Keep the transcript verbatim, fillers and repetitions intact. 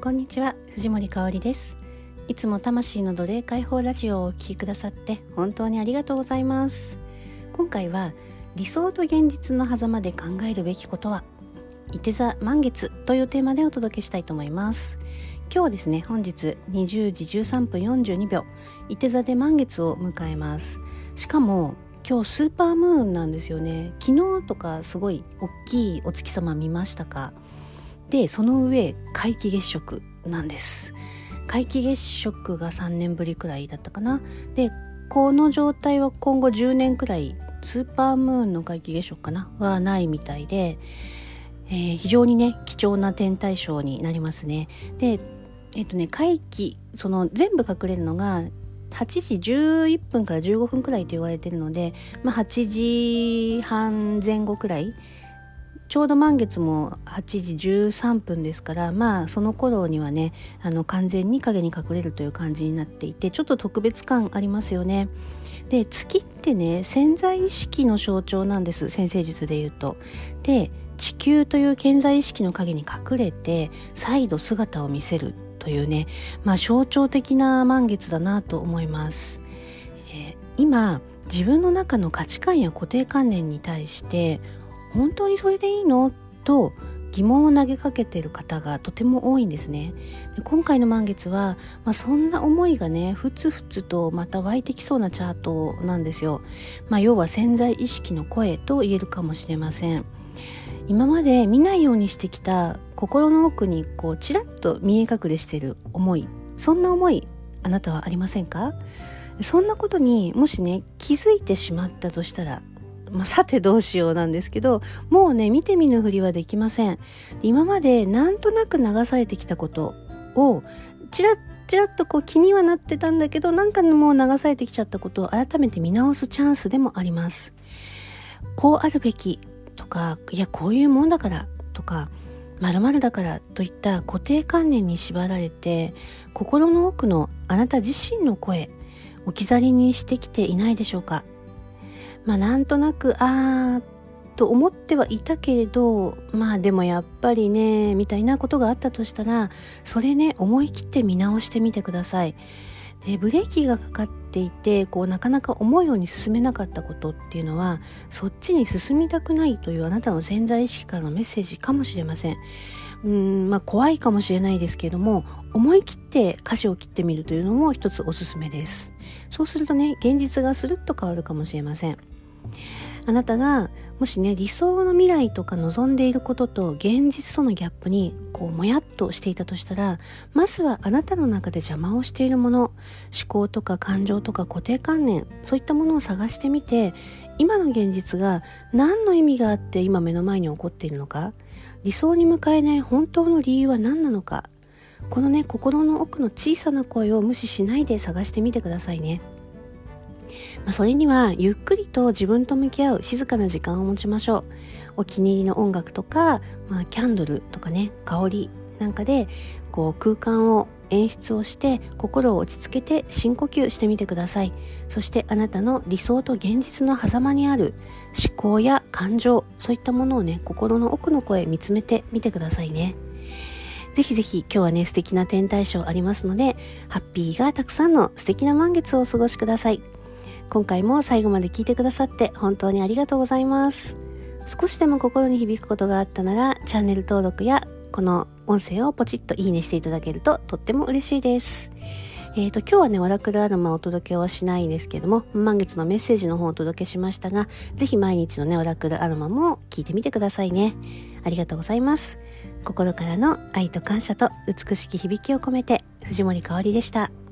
こんにちは、藤森かおりです。いつも魂の奴隷解放ラジオをお聞きくださって本当にありがとうございます。今回は理想と現実の狭間で考えるべきことは、いて座満月というテーマでお届けしたいと思います。今日はですね、本日にじゅうじじゅうさんぷんよんじゅうにびょう、いて座で満月を迎えます。しかも今日スーパームーンなんですよね。昨日とかすごい大きいお月様見ましたか？で、その上皆既月食なんです。皆既月食がさんねんぶりくらいだったかな。で、この状態は今後じゅうねんくらいスーパームーンの皆既月食かなはないみたいで、えー、非常にね貴重な天体ショーになりますね。で、えっとね皆既その全部隠れるのがはちじじゅういっぷんからじゅうごふんくらいと言われているので、まあ、はちじはんぜん後くらい、ちょうど満月もはちじじゅうさんぷんですから、まあその頃にはねあの完全に影に隠れるという感じになっていて、ちょっと特別感ありますよね。で、月ってね潜在意識の象徴なんです、占星術でいうと。で、地球という顕在意識の影に隠れて再度姿を見せるというね、まあ象徴的な満月だなと思います。えー、今自分の中の価値観や固定観念に対して本当にそれでいいのと疑問を投げかけている方がとても多いんですね。で、今回の満月は、まあ、そんな思いがねふつふつとまた湧いてきそうなチャートなんですよ。まあ、要は潜在意識の声と言えるかもしれません。今まで見ないようにしてきた心の奥にこうちらっと見え隠れしている思い、そんな思いあなたはありませんか？そんなことにもしね気づいてしまったとしたら、まあ、さてどうしようなんですけど、もうね見て見ぬふりはできません。今までなんとなく流されてきたことをちらっちらっとこう気にはなってたんだけど、なんかもう流されてきちゃったことを改めて見直すチャンスでもあります。こうあるべきとか、いやこういうもんだからとか、〇〇だからといった固定観念に縛られて、心の奥のあなた自身の声置き去りにしてきていないでしょうか？まあなんとなくあーと思ってはいたけれど、まあでもやっぱりねみたいなことがあったとしたら、それね思い切って見直してみてください。で、ブレーキがかかっていてこうなかなか思うように進めなかったことっていうのは、そっちに進みたくないというあなたの潜在意識からのメッセージかもしれません。うーんまあ怖いかもしれないですけれども、思い切って舵を切ってみるというのも一つおすすめです。そうするとね現実がスルッと変わるかもしれません。あなたがもしね理想の未来とか望んでいることと現実とのギャップにこうもやっとしていたとしたら、まずはあなたの中で邪魔をしているもの、思考とか感情とか固定観念、そういったものを探してみて、今の現実が何の意味があって今目の前に起こっているのか、理想に向かえない本当の理由は何なのか、このね心の奥の小さな声を無視しないで探してみてくださいね。まあ、それにはゆっくりと自分と向き合う静かな時間を持ちましょう。お気に入りの音楽とか、まあ、キャンドルとかね香りなんかでこう空間を演出をして心を落ち着けて深呼吸してみてください。そしてあなたの理想と現実の狭間にある思考や感情、そういったものをね心の奥の声見つめてみてくださいね。ぜひぜひ今日はね素敵な天体ショーありますので、ハッピーがたくさんの素敵な満月をお過ごしください。今回も最後まで聞いてくださって本当にありがとうございます。少しでも心に響くことがあったなら、チャンネル登録やこの音声をポチッといいねしていただけるととっても嬉しいです。えーと今日はねオラクルアロマをお届けはしないですけれども、満月のメッセージの方をお届けしましたが、ぜひ毎日のねオラクルアロマも聞いてみてくださいね。ありがとうございます。心からの愛と感謝と美しき響きを込めて、藤森かおりでした。